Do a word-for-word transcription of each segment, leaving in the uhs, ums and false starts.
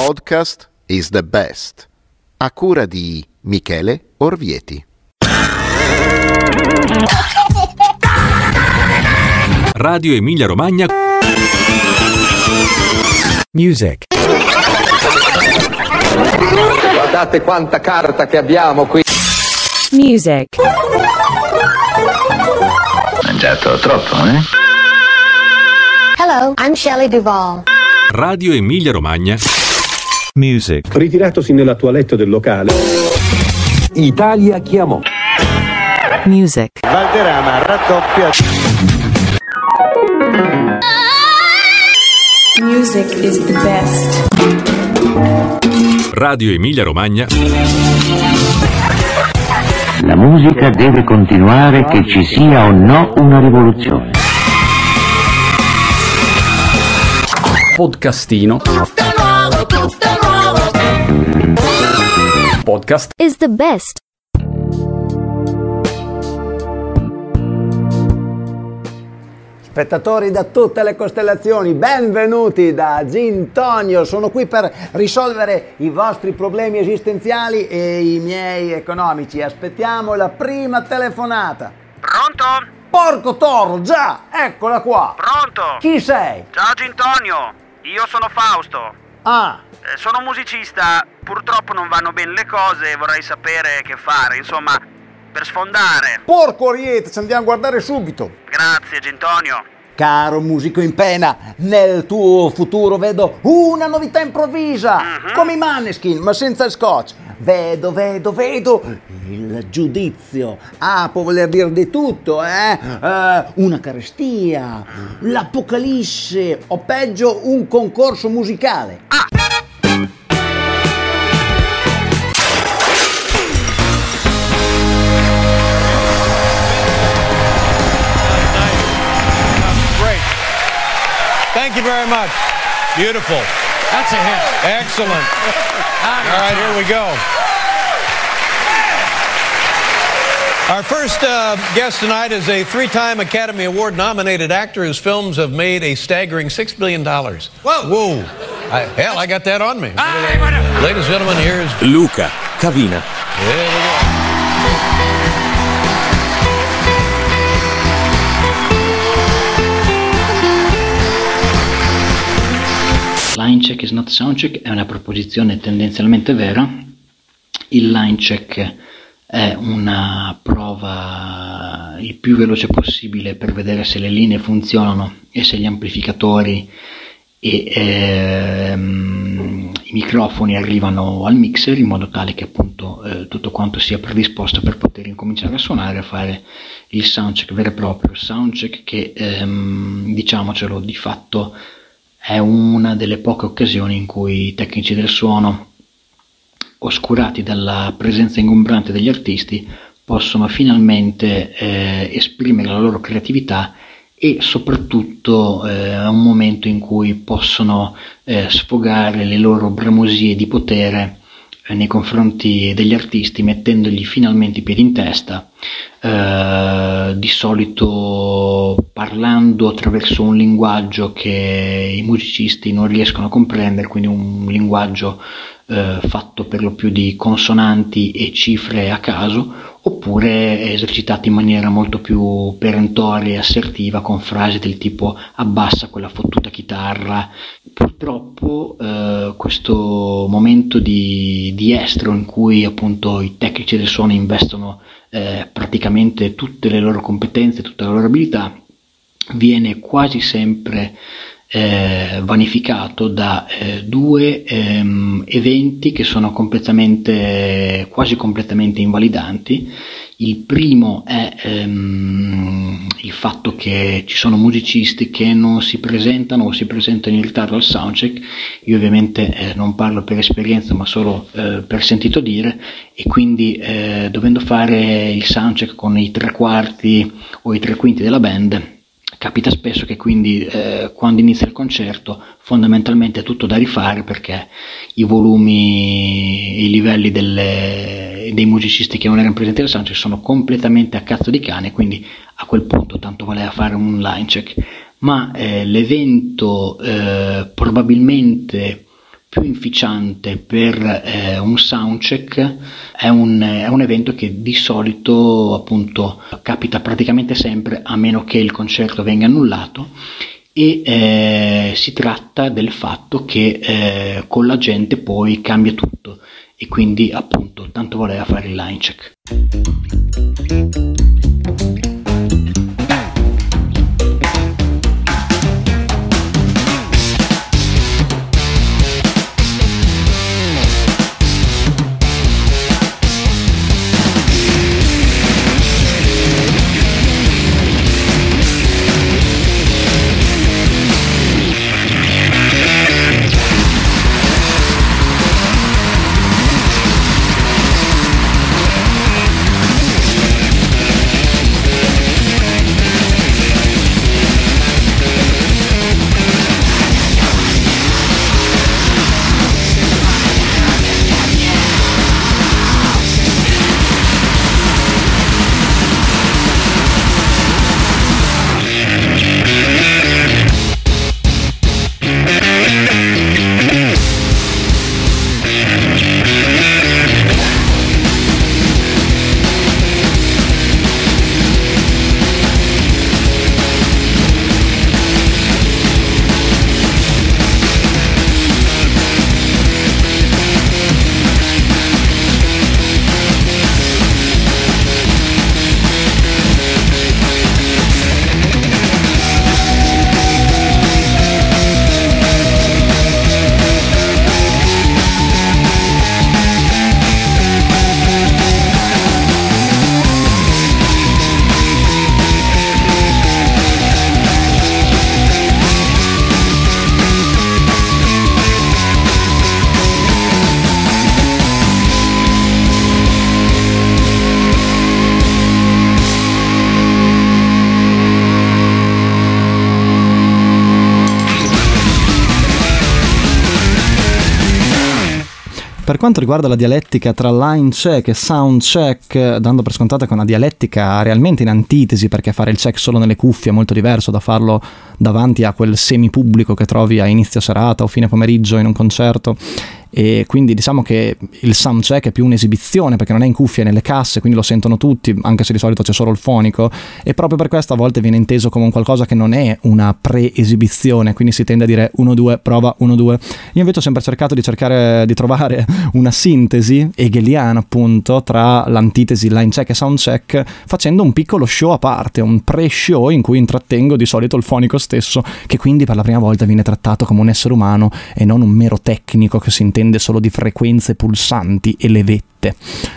podcast is the best. A cura di Michele Orvieti. Radio Emilia Romagna. Music. Guardate quanta carta che abbiamo qui. Music. Mangiato troppo, eh? Hello, I'm Shelley Duvall. Radio Emilia Romagna. Music. Ritiratosi nella toilette del locale. Italia chiamò. Music. Valderrama raddoppia. Music is the best. Radio Emilia Romagna. La musica deve continuare, che ci sia o no una rivoluzione. Podcastino. Podcast is the best. Spettatori da tutte le costellazioni, benvenuti da Gintonio. Sono qui per risolvere i vostri problemi esistenziali e i miei economici. Aspettiamo la prima telefonata. Pronto? Porco toro, già, eccola qua. Pronto? Chi sei? Ciao Gintonio, io sono Fausto. Ah. Eh, sono musicista, purtroppo non vanno bene le cose e vorrei sapere che fare, insomma, per sfondare. Porco Oriete, ci andiamo a guardare subito. Grazie Gintonio. Caro musico in pena, nel tuo futuro vedo una novità improvvisa, uh-huh. come i Maneskin, ma senza il scotch. Vedo, vedo, vedo il giudizio. Ah, può voler dire di tutto, eh? Uh, una carestia, l'apocalisse o peggio un concorso musicale. Ah. Thank you very much. Beautiful. That's a hit. Excellent. All right, here we go. Our first uh, guest tonight is a three-time Academy Award nominated actor whose films have made a staggering six billion dollars. Whoa. Whoa. I, hell, I got that on me. Ah, Ladies and gentlemen, here's Luca Cavina. There we go. Line check is not sound check è una proposizione tendenzialmente vera. Il line check è una prova il più veloce possibile per vedere se le linee funzionano e se gli amplificatori e ehm, i microfoni arrivano al mixer in modo tale che appunto eh, tutto quanto sia predisposto per poter incominciare a suonare, a fare il soundcheck vero e proprio, soundcheck che ehm, diciamocelo di fatto è una delle poche occasioni in cui i tecnici del suono, oscurati dalla presenza ingombrante degli artisti, possono finalmente eh, esprimere la loro creatività e soprattutto eh, è un momento in cui possono eh, sfogare le loro bramosie di potere eh, nei confronti degli artisti, mettendogli finalmente i piedi in testa, eh, di solito parlando attraverso un linguaggio che i musicisti non riescono a comprendere, quindi un linguaggio eh, fatto per lo più di consonanti e cifre a caso, oppure esercitati in maniera molto più perentoria e assertiva con frasi del tipo abbassa quella fottuta chitarra. Purtroppo eh, questo momento di, di estro in cui appunto i tecnici del suono investono eh, praticamente tutte le loro competenze, tutte le loro abilità, viene quasi sempre eh, vanificato da eh, due ehm, eventi che sono completamente, quasi completamente invalidanti. Il primo è ehm, il fatto che ci sono musicisti che non si presentano o si presentano in ritardo al soundcheck. Io ovviamente eh, non parlo per esperienza ma solo eh, per sentito dire, e quindi eh, dovendo fare il soundcheck con i tre quarti o i tre quinti della band, capita spesso che quindi eh, quando inizia il concerto fondamentalmente è tutto da rifare, perché i volumi e i livelli delle, dei musicisti che non erano presenti al soundcheck sono completamente a cazzo di cane, quindi a quel punto tanto valeva fare un line check. Ma eh, l'evento eh, probabilmente più inficiante per eh, un soundcheck è un, è un evento che di solito appunto capita praticamente sempre, a meno che il concerto venga annullato, e eh, si tratta del fatto che eh, con la gente poi cambia tutto e quindi appunto tanto voleva fare il line check. Per quanto riguarda la dialettica tra line check e sound check, dando per scontata che è una dialettica realmente in antitesi, perché fare il check solo nelle cuffie è molto diverso da farlo davanti a quel semipubblico che trovi a inizio serata o fine pomeriggio in un concerto, e quindi diciamo che il sound check è più un'esibizione perché non è in cuffie, è nelle casse, quindi lo sentono tutti, anche se di solito c'è solo il fonico, e proprio per questo a volte viene inteso come un qualcosa che non è una pre-esibizione, quindi si tende a dire uno due, prova uno due. Io invece ho sempre cercato di cercare di trovare una sintesi hegeliana appunto tra l'antitesi line check e sound check, facendo un piccolo show a parte, un pre-show in cui intrattengo di solito il fonico stesso, che quindi per la prima volta viene trattato come un essere umano e non un mero tecnico che si intende solo di frequenze pulsanti e levette.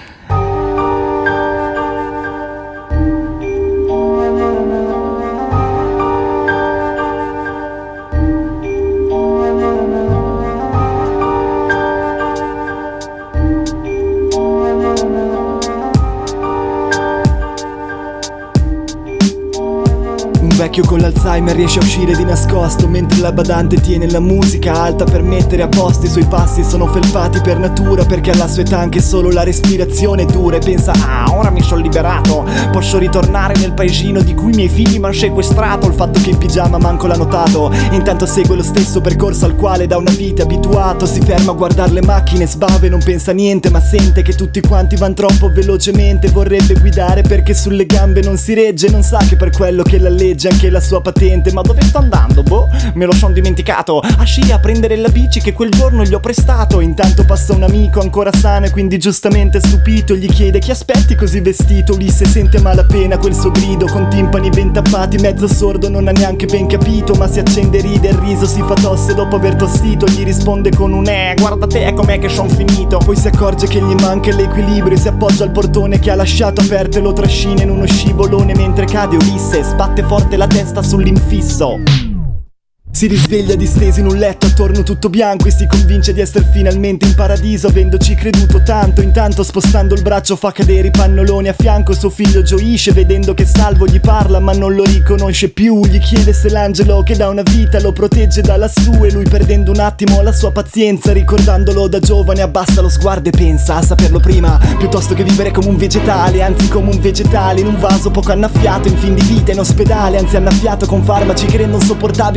Vecchio con l'Alzheimer riesce a uscire di nascosto, mentre la badante tiene la musica alta per mettere a posto i suoi passi. Sono felpati per natura, perché alla sua età anche solo la respirazione è dura, e pensa: ah, ora mi sono liberato, posso ritornare nel paesino di cui i miei figli m'han sequestrato. Il fatto che in pigiama manco l'ha notato, e intanto segue lo stesso percorso al quale da una vita abituato. Si ferma a guardare le macchine, sbave, non pensa niente, ma sente che tutti quanti van troppo velocemente. Vorrebbe guidare perché sulle gambe non si regge, non sa che per quello che la legge anche la sua patente. Ma dove sto andando? Boh, me lo son dimenticato. A scia a prendere la bici che quel giorno gli ho prestato. Intanto passa un amico ancora sano e quindi giustamente stupito gli chiede: chi aspetti così vestito? Ulisse sente a malapena quel suo grido, con timpani ben tappati, mezzo sordo, non ha neanche ben capito, ma si accende, ride, il riso si fa tosse dopo aver tossito. Gli risponde con un eh, guarda te com'è che son finito. Poi si accorge che gli manca l'equilibrio e si appoggia al portone che ha lasciato aperto e lo trascina in uno scivolone. Mentre cade Ulisse sbatte forte la testa sull'infisso. Si risveglia disteso in un letto attorno tutto bianco e si convince di essere finalmente in paradiso, avendoci creduto tanto. Intanto spostando il braccio fa cadere i pannoloni a fianco. Suo figlio gioisce vedendo che Salvo gli parla ma non lo riconosce più. Gli chiede se l'angelo che da una vita lo protegge da lassù, e lui, perdendo un attimo la sua pazienza, ricordandolo da giovane, abbassa lo sguardo e pensa: a saperlo prima, piuttosto che vivere come un vegetale, anzi come un vegetale in un vaso poco annaffiato, in fin di vita in ospedale, anzi annaffiato con farmaci che rendono sopportabile una condizione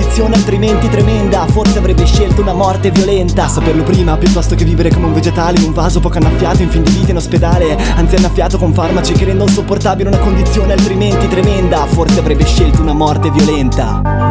condizione altrimenti tremenda. Forse avrebbe scelto una morte violenta. Saperlo prima piuttosto che vivere come un vegetale in un vaso poco annaffiato in fin di vita in ospedale, anzi annaffiato con farmaci che rendono sopportabile una condizione altrimenti tremenda. Forse avrebbe scelto una morte violenta.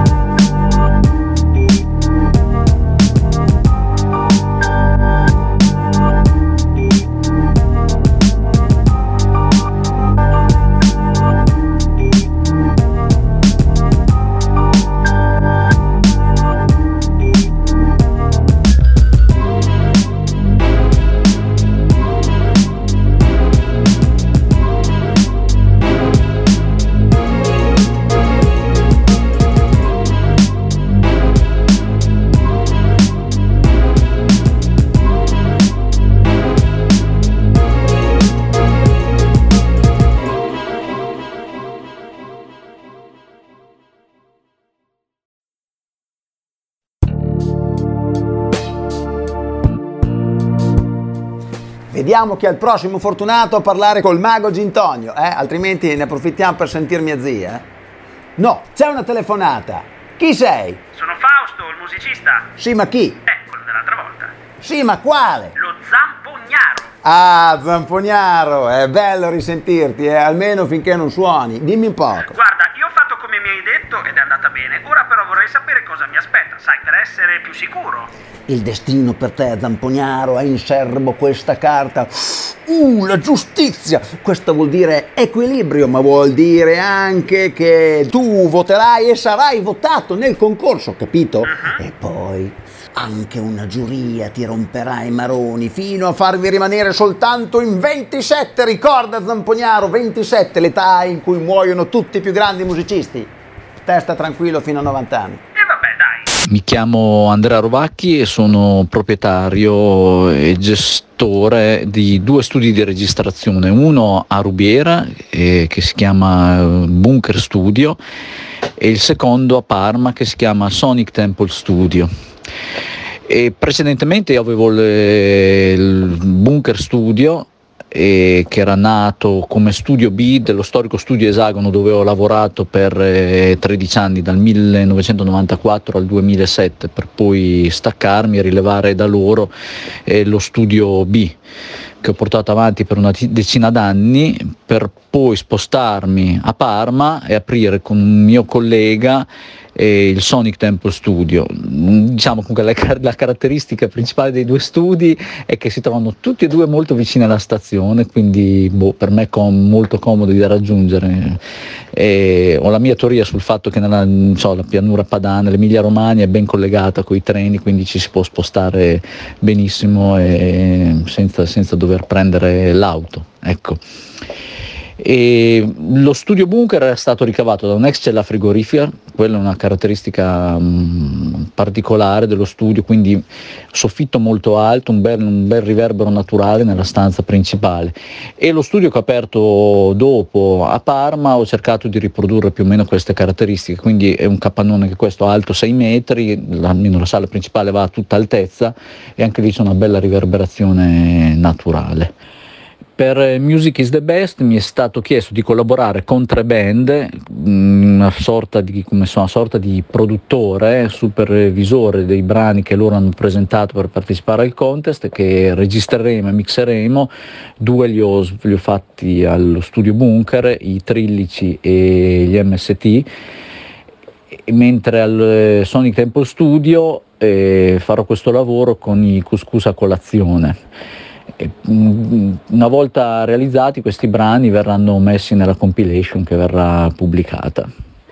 Vediamo chi è il prossimo fortunato a parlare col mago Gintonio, eh? Altrimenti ne approfittiamo per sentir mia zia. No, c'è una telefonata. Chi sei? Sono Fausto, il musicista. Sì, ma chi? Eh, quello dell'altra volta. Sì, ma quale? Lo Zampognaro. Ah, Zampognaro, è bello risentirti, eh? Almeno finché non suoni. Dimmi un poco. Guarda, io ho fatto come mi hai detto ed è andata bene. Ora però vorrei sapere cosa mi aspetta, sai, per essere più sicuro. Il destino per te, Zampognaro, è in serbo questa carta. Uh, la giustizia! Questo vuol dire equilibrio, ma vuol dire anche che tu voterai e sarai votato nel concorso, capito? Uh-huh. E poi anche una giuria ti romperà i maroni fino a farvi rimanere soltanto in ventisette. Ricorda, Zampognaro, ventisette, l'età in cui muoiono tutti i più grandi musicisti. Testa tranquillo fino a novanta anni. E vabbè, dai. Mi chiamo Andrea Rovacchi e sono proprietario e gestore di due studi di registrazione, uno a Rubiera eh, che si chiama Bunker Studio e il secondo a Parma che si chiama Sonic Temple Studio. E precedentemente io avevo le, il Bunker Studio e che era nato come studio B dello storico studio Esagono, dove ho lavorato per eh, tredici anni, dal millenovecentonovantaquattro al duemilasette, per poi staccarmi e rilevare da loro eh, lo studio B, che ho portato avanti per una decina d'anni, per poi spostarmi a Parma e aprire con un mio collega e il Sonic Temple Studio. Diciamo comunque la, la caratteristica principale dei due studi è che si trovano tutti e due molto vicini alla stazione, quindi boh, per me è com- molto comodo da raggiungere. E ho la mia teoria sul fatto che nella so, la pianura padana, l'Emilia Romagna è ben collegata coi treni, quindi ci si può spostare benissimo e senza, senza dover prendere l'auto, ecco. E lo studio Bunker è stato ricavato da un'ex cella frigorifera, quella è una caratteristica um, particolare dello studio, quindi soffitto molto alto, un bel, un bel riverbero naturale nella stanza principale. E lo studio che ho aperto dopo a Parma ho cercato di riprodurre più o meno queste caratteristiche, quindi è un capannone che questo alto sei metri, almeno la sala principale va a tutta altezza e anche lì c'è una bella riverberazione naturale. Per Music is the Best mi è stato chiesto di collaborare con tre band, una sorta di, come so, una sorta di produttore, supervisore dei brani che loro hanno presentato per partecipare al contest, che registreremo e mixeremo. Due li ho, li ho fatti allo studio Bunker, i Trillici e gli M S T, mentre al Sonic Temple Studio eh, farò questo lavoro con i Couscous a colazione. Una volta realizzati questi brani verranno messi nella compilation che verrà pubblicata.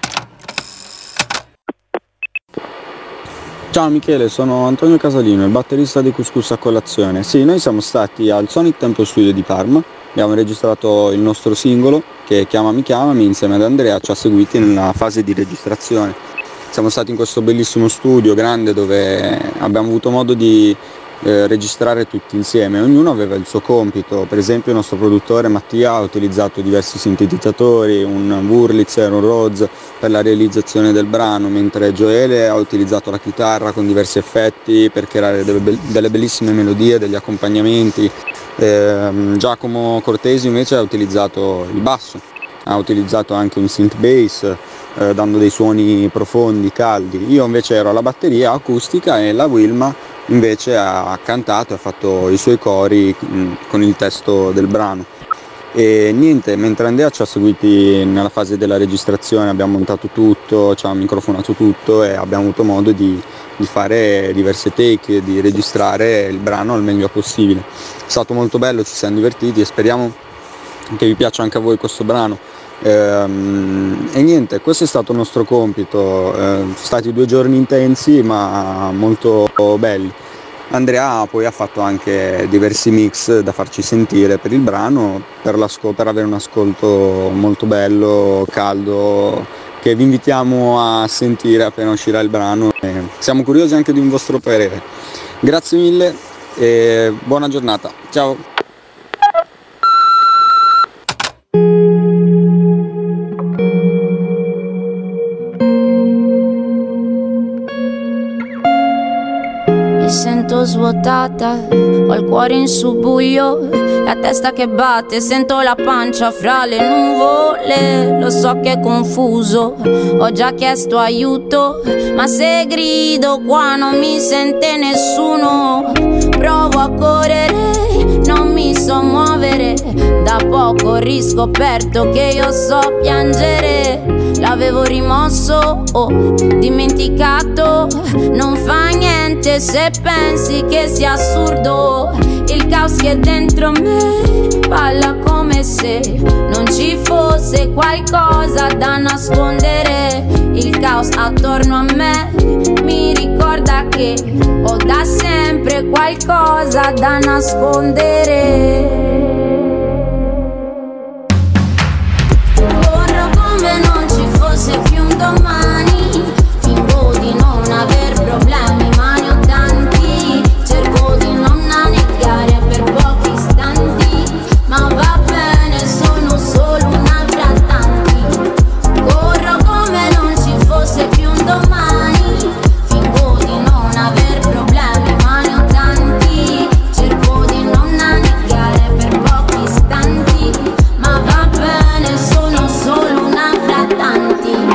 Ciao Michele, sono Antonio Casalino, il batterista di Couscous a colazione. Sì, noi siamo stati al Sonic Temple Studio di Parma, abbiamo registrato il nostro singolo che Chiamami Chiamami, insieme ad Andrea ci ha seguiti nella fase di registrazione. Siamo stati in questo bellissimo studio grande dove abbiamo avuto modo di Eh, registrare tutti insieme, ognuno aveva il suo compito. Per esempio il nostro produttore Mattia ha utilizzato diversi sintetizzatori, un Wurlitzer, un Rhodes per la realizzazione del brano, mentre Gioele ha utilizzato la chitarra con diversi effetti per creare delle, be- delle bellissime melodie, degli accompagnamenti. eh, Giacomo Cortesi invece ha utilizzato il basso, ha utilizzato anche un synth bass eh, dando dei suoni profondi, caldi. Io invece ero alla batteria acustica e la Wilma invece ha cantato e ha fatto i suoi cori mh, con il testo del brano. E niente, mentre Andrea ci ha seguiti nella fase della registrazione, abbiamo montato tutto, ci ha microfonato tutto e abbiamo avuto modo di, di fare diverse take, di registrare il brano al meglio possibile. È stato molto bello, ci siamo divertiti e speriamo che vi piaccia anche a voi questo brano. Ehm, e niente, questo è stato il nostro compito, eh, sono stati due giorni intensi ma molto belli. Andrea poi ha fatto anche diversi mix da farci sentire per il brano, per, per avere un ascolto molto bello, caldo, che vi invitiamo a sentire appena uscirà il brano e siamo curiosi anche di un vostro parere. Grazie mille e buona giornata, ciao! Sento svuotata, ho il cuore in subbuglio, la testa che batte, sento la pancia fra le nuvole. Lo so che è confuso, ho già chiesto aiuto, ma se grido qua non mi sente nessuno. Provo a correre, non mi so muovere, da poco ho riscoperto che io so piangere. L'avevo rimosso, oh, dimenticato, non fa niente se pensi che sia assurdo. Il caos che è dentro me balla come se non ci fosse qualcosa da nascondere. Il caos attorno a me mi ricorda che ho da sempre qualcosa da nascondere. Se più un domani, fingo di non aver problemi, ma ne ho tanti. Cerco di non annegare per pochi istanti, ma va bene, sono solo una fra tanti. Corro come non ci fosse più un domani, fingo di non aver problemi, ma ne ho tanti. Cerco di non annegare per pochi istanti, ma va bene, sono solo una fra tanti.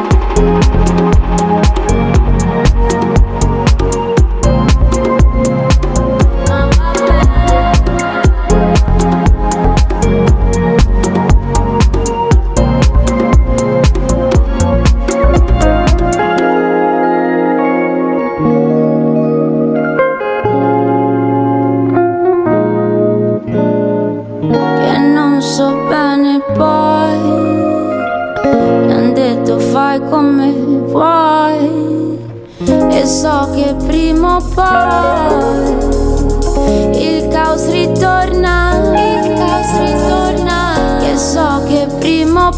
Che non so bene poi, mi han detto fai come vuoi, e so che prima o poi il caos ritorna, il caos ritorna, che so che prima o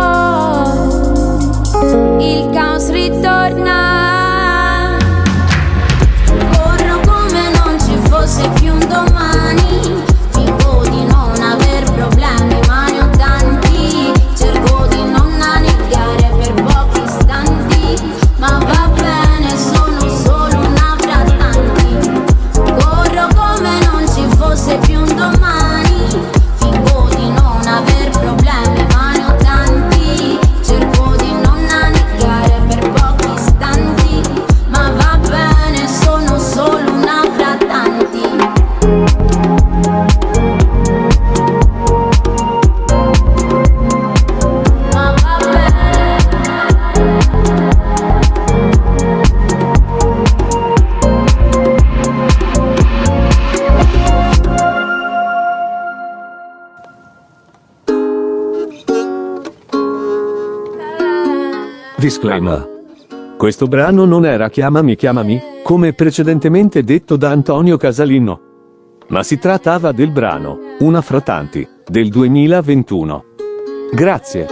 poi il caos ritorna. Corro come non ci fosse più un domani, fingo di non aver problemi, ma ne ho tanti. Cerco di non annegare per pochi istanti, ma va bene, sono solo una fra tanti. Corro come non ci fosse più un domani, fingo di non aver problemi, ma ne ho tanti. Cerco di non annegare per pochi istanti, ma va bene, sono solo una fra tanti. Ma va bene. Disclaimer. Questo brano non era Chiamami chiamami, come precedentemente detto da Antonio Casalino, ma si trattava del brano Una fra tanti, del duemilaventuno. Grazie.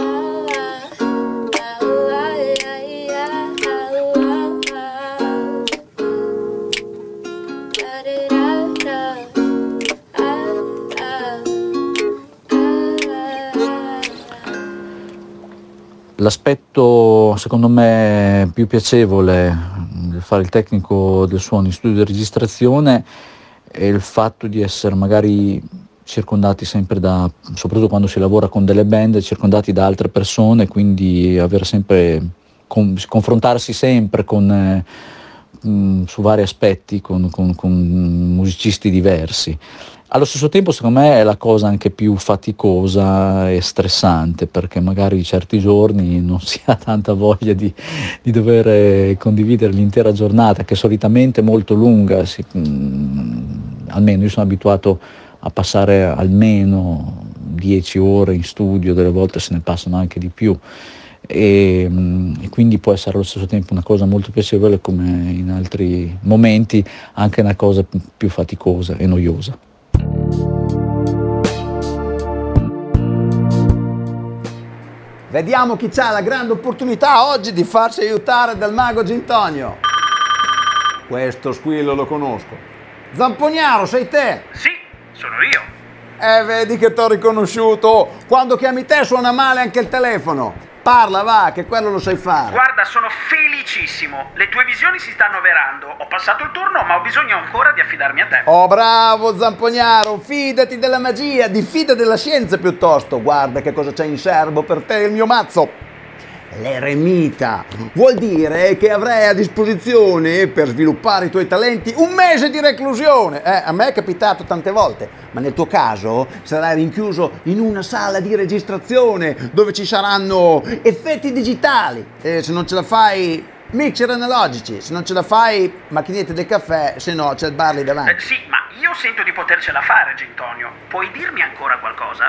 L'aspetto secondo me più piacevole del fare il tecnico del suono in studio di registrazione è il fatto di essere magari circondati sempre da, soprattutto quando si lavora con delle band, circondati da altre persone, quindi avere sempre con, confrontarsi sempre con, eh, mh, su vari aspetti con, con, con musicisti diversi. Allo stesso tempo secondo me è la cosa anche più faticosa e stressante, perché magari certi giorni non si ha tanta voglia di, di dover condividere l'intera giornata, che solitamente è molto lunga, si, mh, almeno io sono abituato a passare almeno dieci ore in studio, delle volte se ne passano anche di più, e, mh, e quindi può essere allo stesso tempo una cosa molto piacevole, come in altri momenti anche una cosa più faticosa e noiosa. Vediamo chi c'ha la grande opportunità oggi di farsi aiutare dal mago Gintonio. Questo squillo lo conosco. Zampognaro, sei te? Sì, sono io. Eh, vedi che t'ho riconosciuto. Quando chiami te suona male anche il telefono. Parla, va, che quello lo sai fare. Guarda, sono felicissimo. Le tue visioni si stanno avverando. Ho passato il turno, ma ho bisogno ancora di affidarmi a te. Oh, bravo Zampognaro, fidati della magia, diffida della scienza piuttosto. Guarda che cosa c'è in serbo per te il mio mazzo. L'eremita vuol dire che avrai a disposizione, per sviluppare i tuoi talenti, un mese di reclusione. Eh, a me è capitato tante volte, ma nel tuo caso sarai rinchiuso in una sala di registrazione dove ci saranno effetti digitali. E se non ce la fai, mixer analogici, se non ce la fai, macchinette del caffè, se no c'è il bar lì davanti. Eh, sì, ma io sento di potercela fare, Gintonio. Puoi dirmi ancora qualcosa?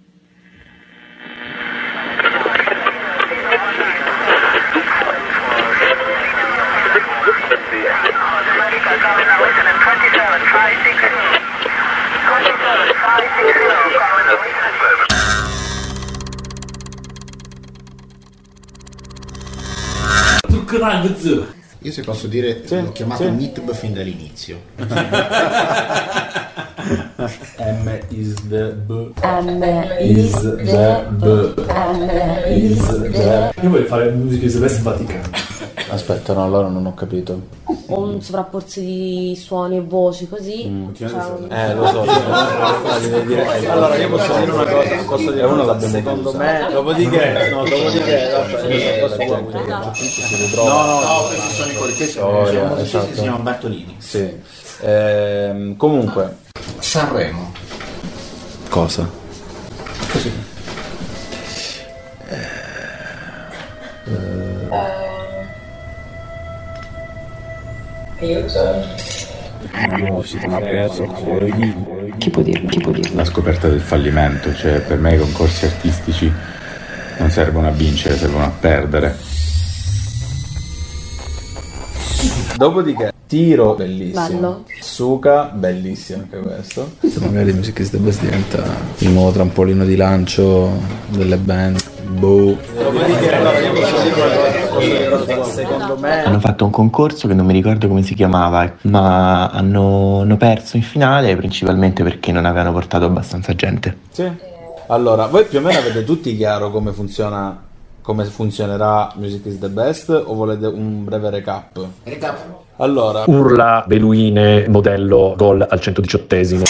Io se posso dire, sì, l'ho chiamato sì. Nitb fin dall'inizio. M is the B. M is the B. M is the. Io voglio fare musica is the best Vaticano. Aspetta, no, allora non ho capito. O un sovrapporsi di suoni e voci così. Mm. Cioè, eh, lo so. Allora io posso dire una cosa, posso dire uno l'abbiamo secondo visto. Me, dopodiché, no, dopodiché, no, no, no, questi sono i corichesi, sono musicisti, si chiamano Bartolini. Sì. Ehm, comunque, Sanremo. Cosa? Così. Eh, Chi può dirlo? Chi può dirlo? La scoperta del fallimento, cioè per me i concorsi artistici non servono a vincere, servono a perdere. Dopodiché Tiro, bellissimo. Bello. Suka, bellissimo anche questo. Magari Music is the Best diventa il nuovo trampolino di lancio delle band. Boh. Dopodiché, allora io posso dire, secondo me hanno fatto un concorso che non mi ricordo come si chiamava, ma hanno, hanno perso in finale principalmente perché non avevano portato abbastanza gente. Sì. Allora, voi più o meno avete tutti chiaro come funziona, come funzionerà Music is the Best, o volete un breve recap? Recap. Allora, urla beluine modello gol al centodiciottesimo.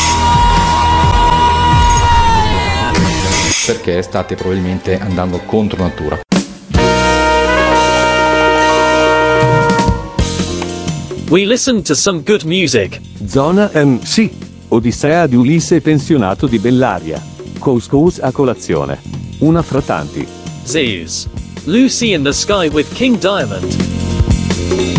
Perché state probabilmente andando contro natura. We listen to some good music. Zona M, sì. Odissea di Ulisse pensionato di Bellaria. Couscous a colazione. Una fra tanti. Zeus. Lucy in the Sky with King Diamond.